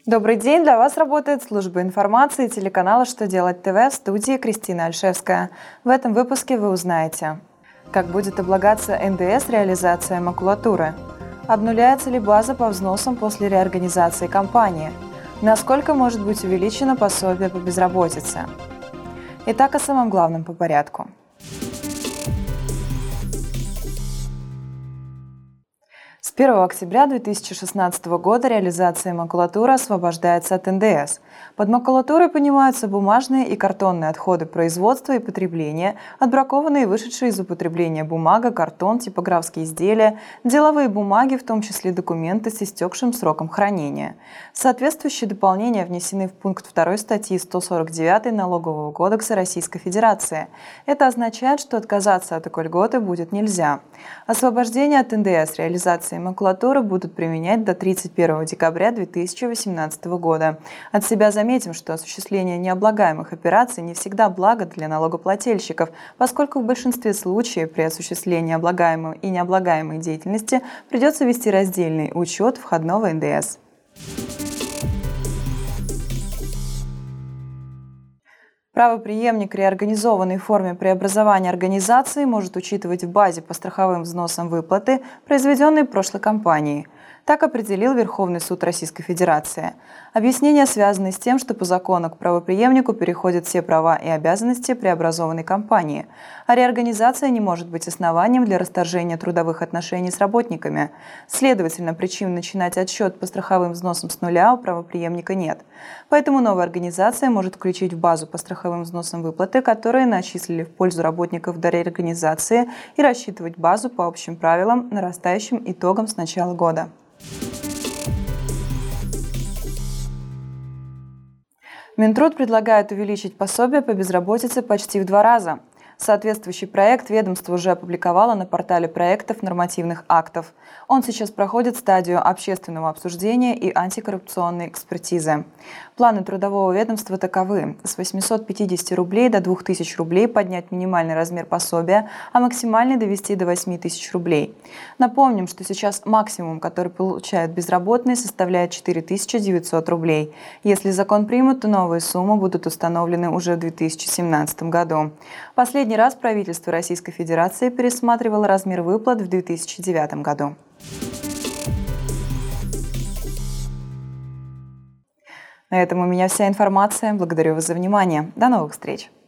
Добрый день! Для вас работает служба информации телеканала «Что делать ТВ», в студии Кристина Альшевская. В этом выпуске вы узнаете, как будет облагаться НДС реализация макулатуры, обнуляется ли база по взносам после реорганизации компании, насколько может быть увеличено пособие по безработице. Итак, о самом главном по порядку. С 1 октября 2016 года реализация макулатуры освобождается от НДС. Под макулатурой понимаются бумажные и картонные отходы производства и потребления, отбракованные и вышедшие из употребления бумага, картон, типографские изделия, деловые бумаги, в том числе документы с истекшим сроком хранения. Соответствующие дополнения внесены в пункт 2 статьи 149 Налогового кодекса Российской Федерации. Это означает, что отказаться от такой льготы будет нельзя. Освобождение от НДС реализации макулатуры будут применять до 31 декабря 2018 года. От себя заметим, что осуществление необлагаемых операций не всегда благо для налогоплательщиков, поскольку в большинстве случаев при осуществлении облагаемой и необлагаемой деятельности придется вести раздельный учет входного НДС. Правопреемник реорганизованной в форме преобразования организации может учитывать в базе по страховым взносам выплаты, произведенные прошлой компанией. Так определил Верховный суд Российской Федерации. Объяснения связаны с тем, что по закону к правопреемнику переходят все права и обязанности преобразованной компании, а реорганизация не может быть основанием для расторжения трудовых отношений с работниками. Следовательно, причин начинать отсчет по страховым взносам с нуля у правопреемника нет. Поэтому новая организация может включить в базу по страховым взносам выплаты, которые начислили в пользу работников до реорганизации, и рассчитывать базу по общим правилам, нарастающим итогам с начала года. Минтруд предлагает увеличить пособие по безработице почти в 2 раза. Соответствующий проект ведомство уже опубликовало на портале проектов нормативных актов. Он сейчас проходит стадию общественного обсуждения и антикоррупционной экспертизы. Планы трудового ведомства таковы: с 850 рублей до 2000 рублей поднять минимальный размер пособия, а максимальный довести до 8000 рублей. Напомним, что сейчас максимум, который получают безработные, составляет 4900 рублей. Если закон примут, то новые суммы будут установлены уже в 2017 году. Последний раз правительство Российской Федерации пересматривало размер выплат в 2009 году. На этом у меня вся информация. Благодарю вас за внимание. До новых встреч!